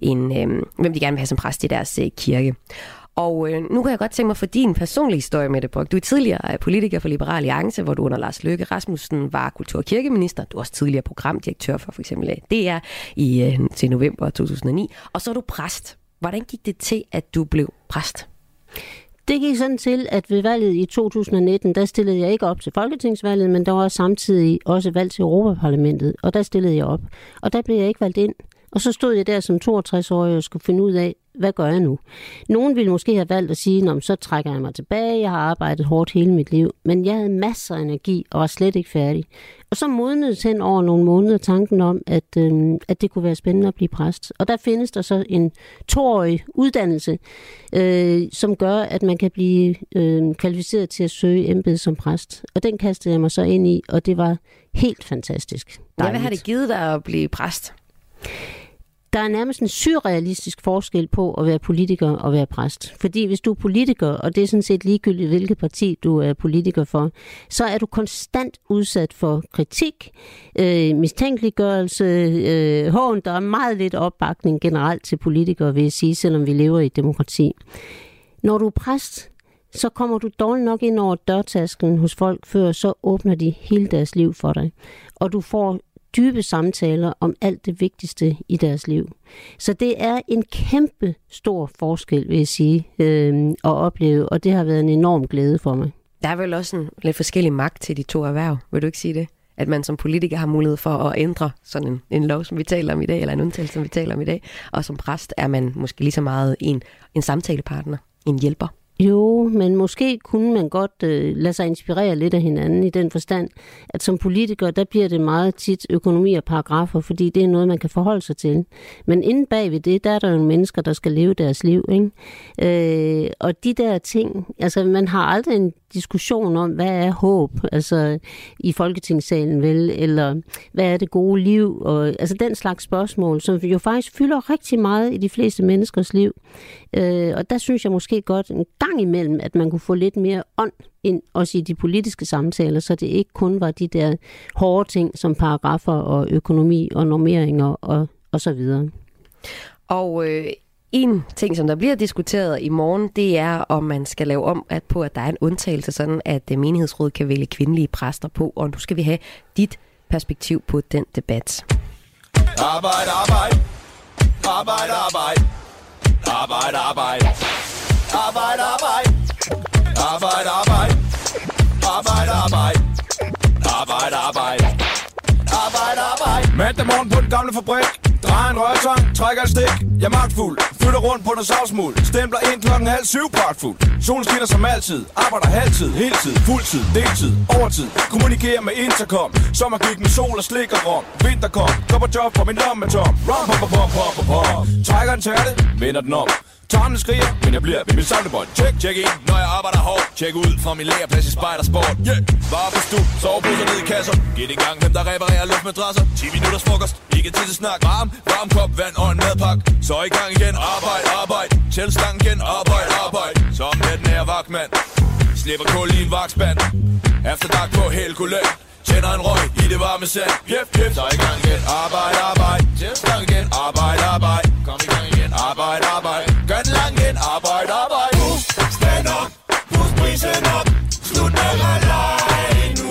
have som præst i deres kirke. Og nu kan jeg godt tænke mig for din personlige historie, Mette Bock. Du er tidligere politiker for Liberal Alliance, hvor du under Lars Løkke Rasmussen var kultur- og kirkeminister. Du er også tidligere programdirektør for eksempel DR til november 2009. Og så er du præst. Hvordan gik det til, at du blev præst? Det gik sådan til, at ved valget i 2019, der stillede jeg ikke op til folketingsvalget, men der var samtidig også valg til Europaparlamentet, og der stillede jeg op. Og der blev jeg ikke valgt ind. Og så stod jeg der som 62-årig og skulle finde ud af, hvad gør jeg nu? Nogen ville måske have valgt at sige, så trækker jeg mig tilbage, jeg har arbejdet hårdt hele mit liv, men jeg havde masser af energi og var slet ikke færdig. Og så modnedes hen over nogle måneder tanken om, at det kunne være spændende at blive præst. Og der findes der så en 2-årig uddannelse, som gør, at man kan blive kvalificeret til at søge embedet som præst. Og den kastede jeg mig så ind i, og det var helt fantastisk. Ja, hvad har det givet dig at blive præst? Der er nærmest en surrealistisk forskel på at være politiker og være præst. Fordi hvis du er politiker, og det er sådan set ligegyldigt, hvilket parti du er politiker for, så er du konstant udsat for kritik, mistænkeliggørelse, hån. Der er meget lidt opbakning generelt til politikere, vil jeg sige, selvom vi lever i et demokrati. Når du er præst, så kommer du dårligt nok ind over dørtasken hos folk, før så åbner de hele deres liv for dig. Og du får dybe samtaler om alt det vigtigste i deres liv. Så det er en kæmpe stor forskel, vil jeg sige, at opleve, og det har været en enorm glæde for mig. Der er vel også en lidt forskellig magt til de to erhverv, vil du ikke sige det? At man som politiker har mulighed for at ændre sådan en lov, som vi taler om i dag, eller en undtagelse, som vi taler om i dag, og som præst er man måske lige så meget en samtalepartner, en hjælper. Jo, men måske kunne man godt lade sig inspirere lidt af hinanden i den forstand, at som politiker, der bliver det meget tit økonomi og paragrafer, fordi det er noget, man kan forholde sig til. Men inde bag ved det, der er der jo mennesker, der skal leve deres liv, ikke? Og de der ting, altså man har aldrig en diskussion om, hvad er håb, altså i Folketingssalen vel, eller hvad er det gode liv, og altså den slags spørgsmål, som jo faktisk fylder rigtig meget i de fleste menneskers liv. Og der synes jeg måske godt en gang imellem, at man kunne få lidt mere ånd ind, også i de politiske samtaler, så det ikke kun var de der hårde ting, som paragrafer og økonomi og normeringer og så videre. Og en ting, som der bliver diskuteret i morgen, det er, om man skal lave om på, at der er en undtagelse, sådan at menighedsrådet kan vælge kvindelige præster på, og nu skal vi have dit perspektiv på den debat. Arbejde, arbejde. Arbejde, arbejde. Arbejde, arbejde. Arbejde, arbejde. Arbejde, arbejde. Arbejde, arbejde. Arbejde, arbejde. Arbejde, arbejde. Mandag morgen på den gamle fabrik. Drejer en rørtang, trækker et stik. Jeg er magtfuld, flytter rundt på noget savsmuld. Stempler ind 6:30 pragtfuld. Solen skinner som altid. Arbejder halvtid, heltid, fuldtid, deltid, overtid. Kommunikerer med intercom. Sommergik med sol og slik og rom. Vinter kom, går på job, for min lomme er tom. Rom, pom, pom, pom, pom, pom. Trækker en tærte, vender den om. Tarmene skriger, men jeg bliver ved mit samlebånd. Check ind, når jeg arbejder hårdt. Check ud fra min lagerplads i Spejdersport. Bare på stue, soveposer ned i kasser. Giv det gang dem, der reparerer luftmadrasser. 10 minutters frokost, ikke tid til snak. Varm kop, vand og en madpakke. Så i gang igen, arbejde. Tæl stangen igen, arbejde. Så om natten er jeg vagtmand. Slipper kul i en vagtspand. Efterdag på Helgoland. Tænder en røg i det varme sand. Så i gang igen, arbejde. Tæl stangen igen, arbejde. Kom i gang igen, arbejde. Gør den lang igen, arbejde. Stand up, pus prisen op. Slut med rallej nu.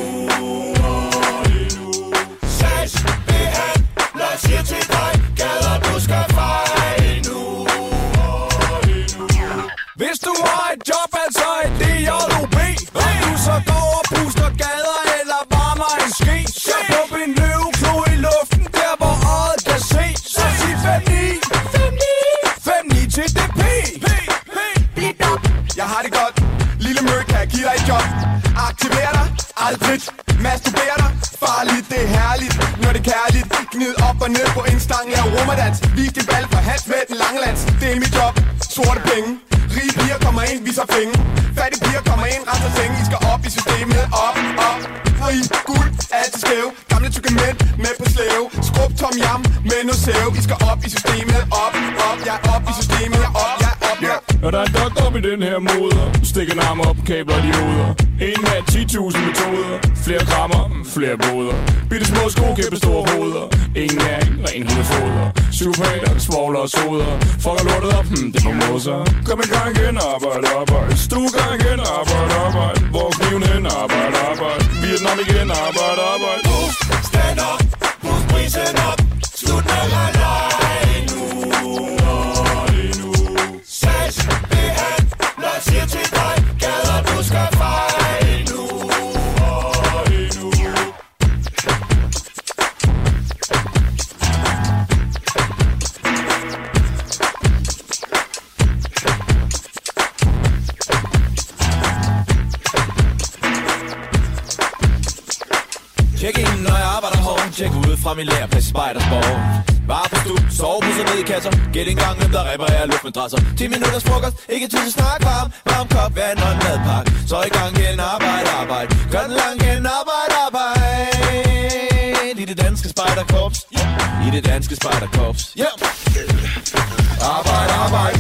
Sags, behandler siger til dig. Gader du skal fejle nu. Hvis du har et job, altså et DJOB, og du så går og puster gader eller varmer en ski, så på en løveklo i luften, der hvor øjet kan se. Så sig 5-9 til DP. Jeg har det godt, lille mø, kan jeg give dig et job. Aktiver dig, aldrig, masturber dig. Farligt, det er herligt, når det er kærligt. Gnid op og ned på en stang, lav rummerdans. Vis din valg for hats med den lange lands. Det er mit job, sorte penge. Rige piger kommer ind, viser penge. Fattige piger kommer ind, renser senge. I skal op i systemet, op. Fri, guld, altid skæve. Gamle tykke mænd med på slæve. Skrub tom jam med noget sæve. I skal op i systemet, op. Jeg er op i systemet, jeg er op. Og der er en doktor op i den her moder. Stik en arm op, kabler de hoveder. En mand, 10.000 metoder. Flere krammer, flere boder. Bitte små sko, kæmpe store hoveder. Ingen næring, ren hundefoder. Psykopater, svogler og soder. Fucker lortet op, det må moser. Kom i gang igen, arbejde. Stue gang igen, arbejde. Hvor kniven hen, arbejde. Vietnam igen, arbejde. Stand up, pus prisen op. Slut med rallej nu. Sags, behandler siger til dig. Gader du skal fejle nu. Tjek ind, når jeg arbejder hårdt. Tjek ud fra min lagerplads i Spejdersport. Bare på stue, soveposer ned i kasser. Gæt en gang, hvem der reparerer luftmadrasser. 10 minutters frokost, ikke tid til snak. Varm kop, vand og en madpakke. Så i gang igen, arbejde. Gør den lang igen, arbejde. I det danske spejderkorps. I det danske spejderkorps. Arbejde. Arbejde.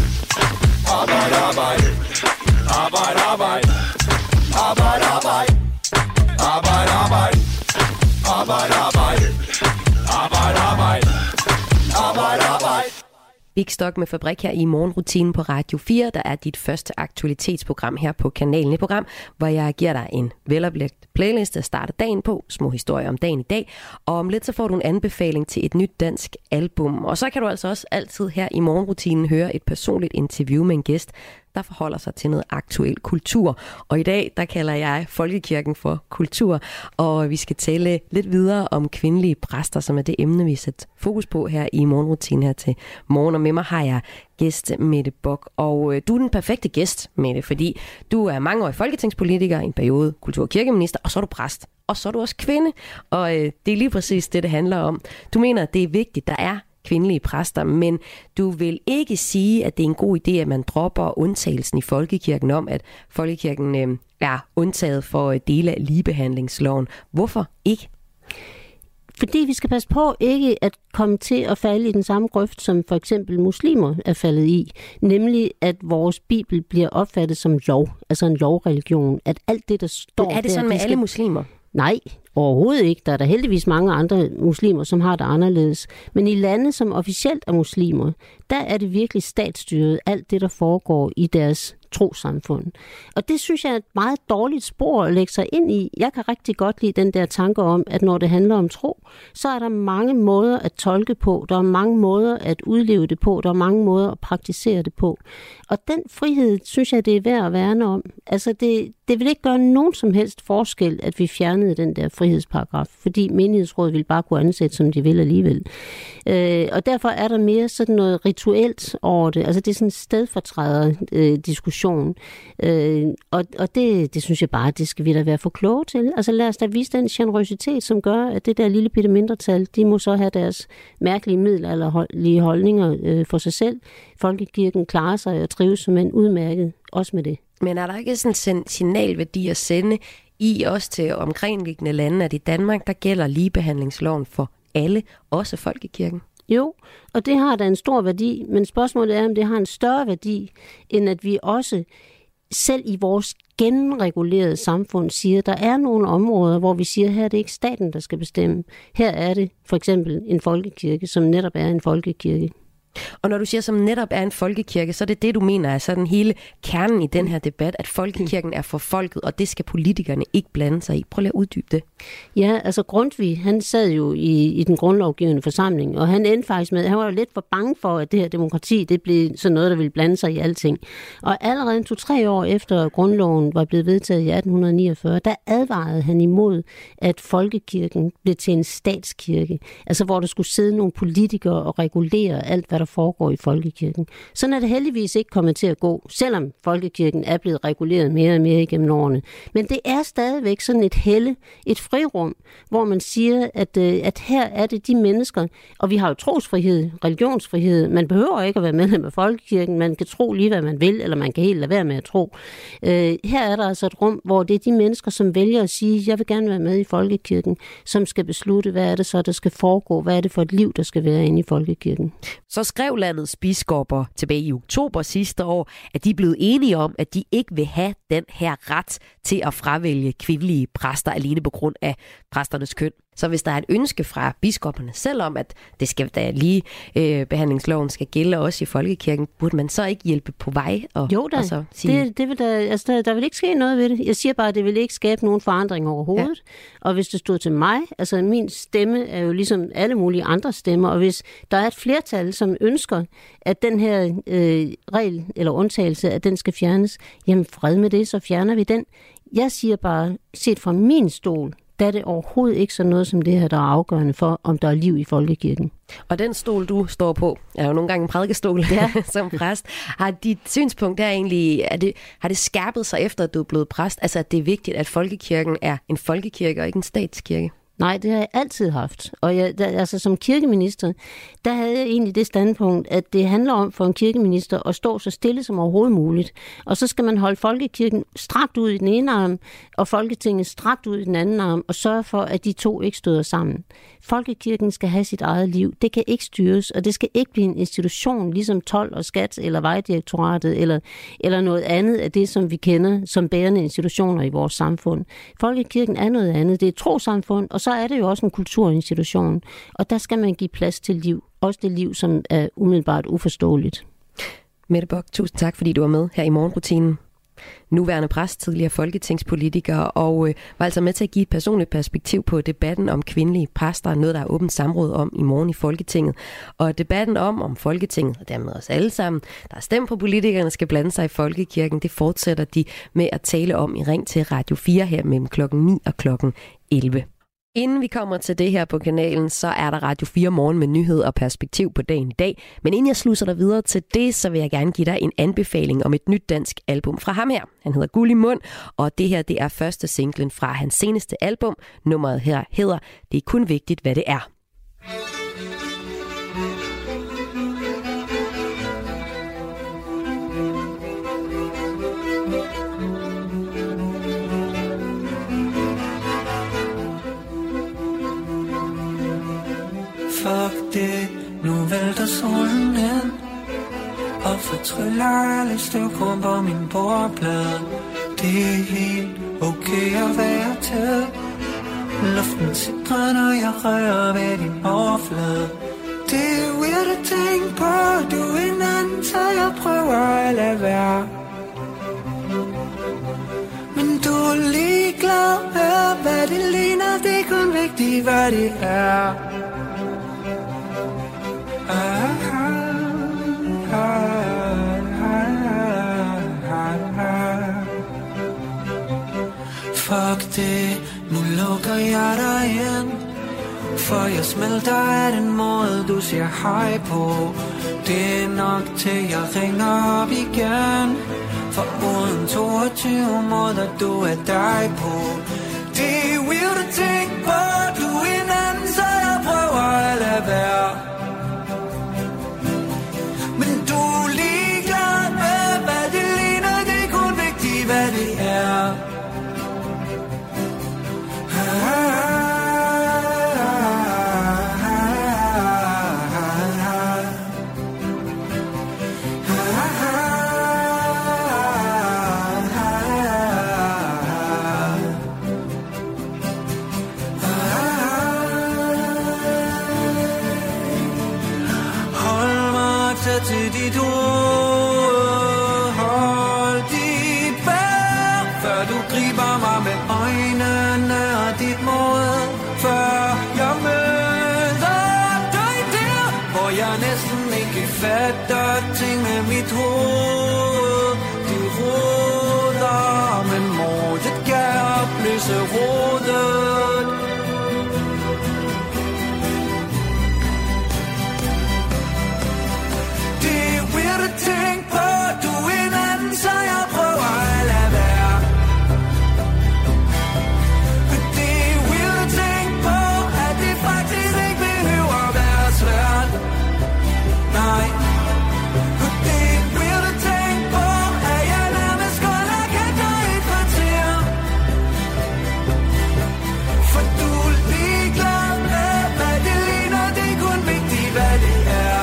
Big Stock med Fabrik her i morgenrutinen på Radio 4, der er dit første aktualitetsprogram her på kanalen. Et program, hvor jeg giver dig en veloplægt playlist at starte dagen på, små historier om dagen i dag, og om lidt så får du en anbefaling til et nyt dansk album. Og så kan du altså også altid her i morgenrutinen høre et personligt interview med en gæst, der forholder sig til noget aktuel kultur. Og i dag, der kalder jeg Folkekirken for kultur, og vi skal tale lidt videre om kvindelige præster, som er det emne, vi sætter fokus på her i morgenrutinen her til morgen. Og med mig har jeg gæst Mette Bock, og du er den perfekte gæst, Mette, fordi du er mangeårig folketingspolitiker, i en periode kultur- og kirkeminister, og så er du præst, og så er du også kvinde, og det er lige præcis det handler om. Du mener, at det er vigtigt, der er kvindelige præster, men du vil ikke sige, at det er en god idé, at man dropper undtagelsen i folkekirken om, at folkekirken er undtaget for dele af ligebehandlingsloven. Hvorfor ikke? Fordi vi skal passe på ikke at komme til at falde i den samme grøft, som for eksempel muslimer er faldet i. Nemlig, at vores bibel bliver opfattet som lov, altså en lovreligion. At alt det, der står er det sådan med alle muslimer? Nej, overhovedet ikke. Der er der heldigvis mange andre muslimer, som har det anderledes. Men i lande, som officielt er muslimer, der er det virkelig statsstyret, alt det, der foregår i deres trossamfund. Og det synes jeg er et meget dårligt spor at lægge sig ind i. Jeg kan rigtig godt lide den der tanke om, at når det handler om tro, så er der mange måder at tolke på, der er mange måder at udleve det på, der er mange måder at praktisere det på. Og den frihed, synes jeg, det er værd at værne om. Altså det vil ikke gøre nogen som helst forskel, at vi fjernede den der frihedsparagraf, fordi menighedsrådet vil bare kunne ansætte, som de vil alligevel. Og derfor er der mere sådan noget rituelt over det. Altså det er sådan en stedfortræder-diskussion. Og det synes jeg bare, det skal vi da være for kloge til. Altså lad os da vise den generøsitet, som gør, at det der lille bitte mindretal, de må så have deres mærkelige middelalderlige holdninger for sig selv. Folkekirken klarer sig og trives som en udmærket, også med det. Men er der ikke sådan en signalværdi at sende i os til omkringliggende lande, at i Danmark, der gælder ligebehandlingsloven for alle, også folkekirken? Jo, og det har da en stor værdi, men spørgsmålet er, om det har en større værdi, end at vi også selv i vores genregulerede samfund siger, at der er nogle områder, hvor vi siger, at her er det ikke staten, der skal bestemme. Her er det for eksempel en folkekirke, som netop er en folkekirke. Og når du siger, som netop er en folkekirke, så er det du mener er sådan hele kernen i den her debat, at folkekirken er for folket, og det skal politikerne ikke blande sig i. Prøv lige at uddybe det. Ja, altså Grundtvig, han sad jo i den grundlovgivende forsamling, og han endte faktisk med, han var jo lidt for bange for, at det her demokrati, det blev sådan noget, der ville blande sig i alting. Og allerede 2-3 år efter grundloven var blevet vedtaget i 1849, der advarede han imod, at folkekirken blev til en statskirke. Altså hvor der skulle sidde nogle politikere og regulere alt, hvad der foregår i folkekirken. Sådan er det heldigvis ikke kommet til at gå, selvom folkekirken er blevet reguleret mere og mere igennem årene. Men det er stadigvæk sådan et helle, et frirum, hvor man siger, at her er det de mennesker, og vi har jo trosfrihed, religionsfrihed. Man behøver ikke at være medlem af folkekirken, man kan tro lige, hvad man vil, eller man kan helt lade være med at tro. Her er der altså et rum, hvor det er de mennesker, som vælger at sige, jeg vil gerne være med i folkekirken, som skal beslutte, hvad er det så, der skal foregå, hvad er det for et liv, der skal være inde i folkekirken. Så skrev landets biskopper tilbage i oktober sidste år, at de er blevet enige om, at de ikke vil have den her ret til at fravælge kvindelige præster alene på grund af præsternes køn. Så hvis der er et ønske fra biskopperne selv om, at det skal da lige behandlingsloven skal gælde også i folkekirken, burde man så ikke hjælpe på vej? Jo da, så sige... det vil der vil ikke ske noget ved det. Jeg siger bare, at det vil ikke skabe nogen forandring overhovedet. Ja. Og hvis det stod til mig, altså min stemme er jo ligesom alle mulige andre stemmer, og hvis der er et flertal, som ønsker, at den her regel eller undtagelse, at den skal fjernes, jamen fred med det, så fjerner vi den. Jeg siger bare, set fra min stol, der er det overhovedet ikke sådan noget som det her, der er afgørende for, om der er liv i folkekirken. Og den stol, du står på, er jo nogle gange en prædikestol som præst. Har dit synspunkt der egentlig, har det skærpet sig efter, at du er blevet præst? Altså, at det er vigtigt, at folkekirken er en folkekirke og ikke en statskirke? Nej, det har jeg altid haft. Og altså som kirkeminister, der havde jeg egentlig det standpunkt, at det handler om for en kirkeminister at stå så stille som overhovedet muligt. Og så skal man holde folkekirken strakt ud i den ene arm, og Folketinget strakt ud i den anden arm, og sørge for, at de to ikke støder sammen. Folkekirken skal have sit eget liv. Det kan ikke styres, og det skal ikke blive en institution, ligesom told og skat, eller Vejdirektoratet, eller noget andet af det, som vi kender som bærende institutioner i vores samfund. Folkekirken er noget andet. Det er et trossamfund, og så er det jo også en kulturinstitution. Og der skal man give plads til liv. Også det liv, som er umiddelbart uforståeligt. Mette Bock, tusind tak, fordi du var med her i morgenrutinen. Nuværende præst, tidligere folketingspolitiker, og var altså med til at give et personligt perspektiv på debatten om kvindelige præster, noget der er åbent samråd om i morgen i Folketinget. Og debatten om Folketinget, og dermed os alle sammen, der er stemt på politikerne, skal blande sig i folkekirken, det fortsætter de med at tale om i Ring til Radio 4 her mellem klokken 9 og klokken 11. Inden vi kommer til det her på kanalen, så er der Radio 4 morgen med nyhed og perspektiv på dagen i dag. Men inden jeg slusser dig videre til det, så vil jeg gerne give dig en anbefaling om et nyt dansk album fra ham her. Han hedder Guld i Mund, og det her det er første singlen fra hans seneste album. Nummeret her hedder Det er kun vigtigt, hvad det er. Fuck det, nu vælter solen ind og fortryller alle støvklumper min bordplade. Det er helt okay at være tæt. Luften sidder, når jeg rører ved din overflade. Det er weird at tænke på, du er en anden, så jeg prøver at lade være. Men du er ligeglad med, hvad det ligner. Det er kun vigtigt, hvad det er. Fuck det, nu lukker jeg dig ind. For jeg smelter af den måde, du siger hej på. Det er nok til, jeg ringer op igen. For uden 22 måder, du er dig på. Det er weird at tænke på, du er en anden, så jeg prøver at lade være. Men du er ligeglad med, hvad det ligner. Det er kun vigtigt, hvad det er. Til dit ord, hold dit vejr, før du griber mig med øjnene og dit mod, før jeg møder dig der, hvor jeg næsten ikke fatter ting med mit hoved. Du roder, men modet kan opløse rodet. Tænk på, du er en anden, så jeg prøver at lade være. Men det er weird at tænke på, at det faktisk ikke behøver at være svært. Nej. Og det er weird at tænke på, at jeg nærmest godt har kendt dig i et kvarter. For du er ligeglad med, hvad det ligner. Det er kun vigtigt, hvad det er.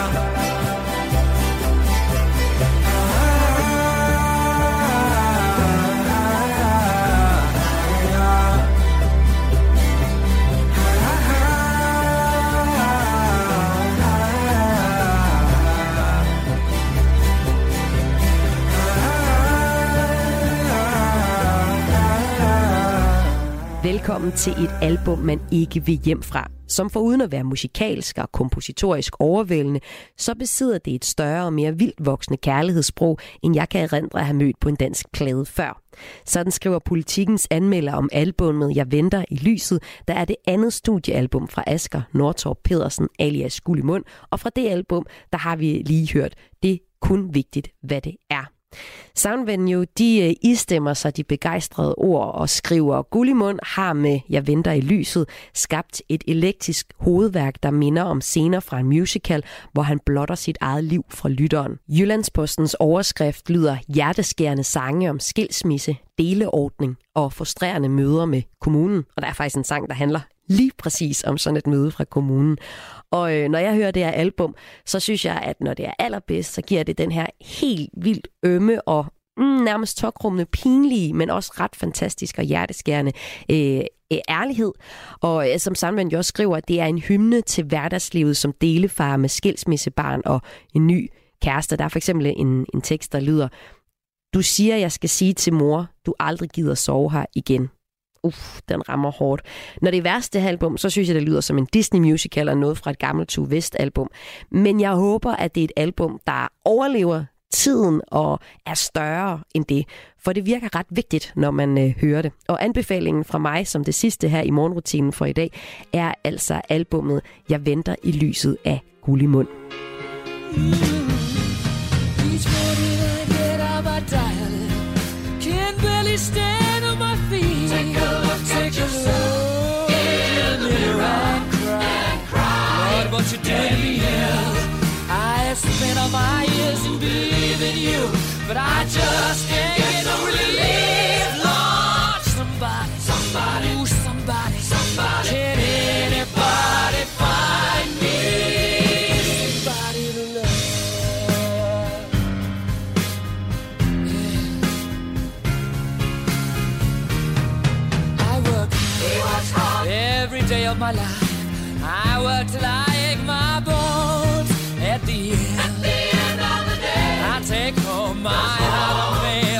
Velkommen til et album, man ikke vil hjem fra. Som foruden at være musikalsk og kompositorisk overvældende, så besidder det et større og mere vildt voksende kærlighedssprog, end jeg kan erindre at have mødt på en dansk plade før. Sådan skriver Politikens anmelder om albummet Jeg venter i lyset, der er det andet studiealbum fra Asger Nortorp Pedersen alias Guld i Mund, og fra det album, der har vi lige hørt Det er kun vigtigt, hvad det er. Soundvenue, de istemmer sig de begejstrede ord og skriver, Guld i Mund har med Jeg venter i lyset skabt et elektrisk hovedværk, der minder om scener fra en musical, hvor han blotter sit eget liv fra lytteren. Jyllandspostens overskrift lyder hjerteskærende sange om skilsmisse, deleordning og frustrerende møder med kommunen. Og der er faktisk en sang, der handler lige præcis om sådan et møde fra kommunen. Og når jeg hører det her album, så synes jeg, at når det er allerbedst, så giver det den her helt vildt ømme og nærmest tokrummende pinlige, men også ret fantastisk og hjerteskærende ærlighed. Og som Sandven jo også skriver, at det er en hymne til hverdagslivet som delefar med skilsmissebarn og en ny kæreste. Der er for eksempel en tekst, der lyder: Du siger, jeg skal sige til mor, du aldrig gider sove her igen. Den rammer hårdt. Når det er værste album, så synes jeg, det lyder som en Disney musical eller noget fra et gammelt Tue West album. Men jeg håber, at det er et album, der overlever tiden og er større end det. For det virker ret vigtigt, når man hører det. Og anbefalingen fra mig som det sidste her i morgenrutinen for i dag, er altså albumet Jeg venter i lyset af Guld i mund. Stand on my feet. Take a look at yourself in the mirror and cry. Lord, what you doing to me here? I have spent all my years in believing you, but I just can't get no relief. Lord, somebody, ooh, somebody, can anybody find me? Somebody to love. Every day of my life, I work till I ache my bones. At the end of the day, I take home my heart of me.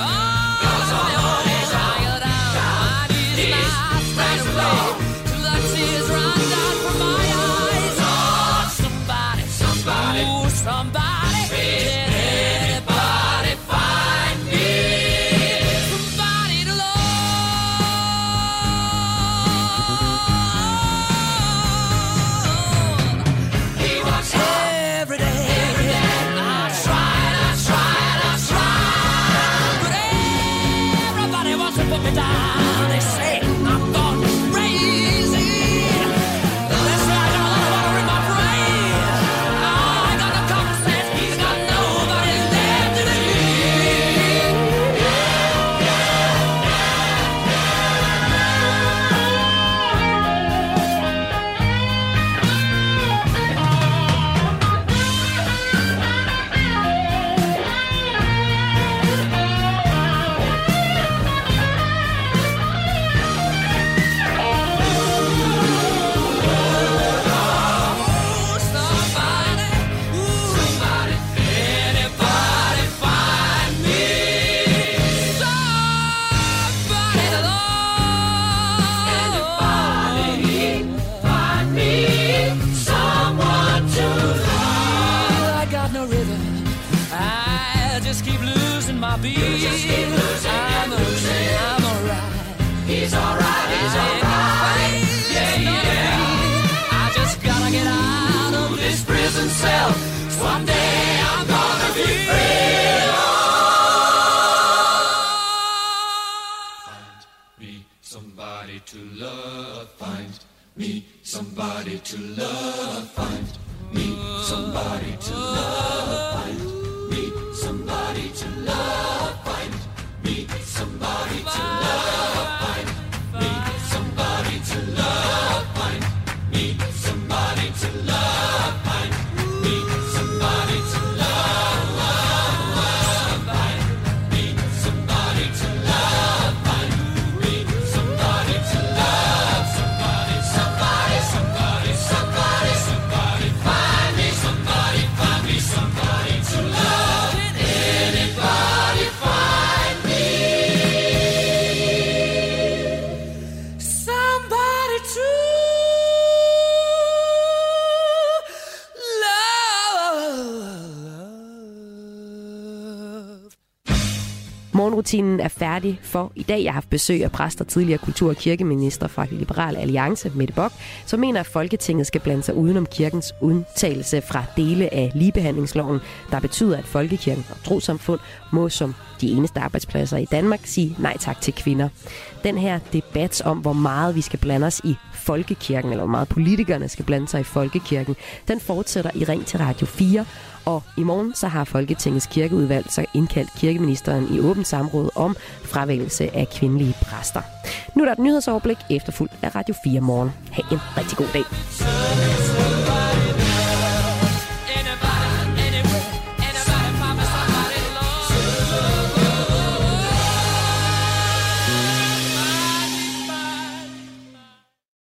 Morgenrutinen er færdig for i dag. Jeg har haft besøg af præst og tidligere kultur- og kirkeminister fra Liberal Alliance, Mette Bock, som mener, at Folketinget skal blande sig udenom kirkens undtagelse fra dele af ligebehandlingsloven, der betyder, at folkekirken og trossamfund må som de eneste arbejdspladser i Danmark sige nej tak til kvinder. Den her debat om, hvor meget vi skal blande os i folkekirken, eller hvor meget politikerne skal blande sig i folkekirken, den fortsætter i Ring til Radio 4. Og i morgen så har Folketingets kirkeudvalg så indkaldt kirkeministeren i åbent samråd om fravælgelse af kvindelige præster. Nu er der et nyhedsoverblik efterfulgt af Radio 4 morgen. Ha' en rigtig god dag.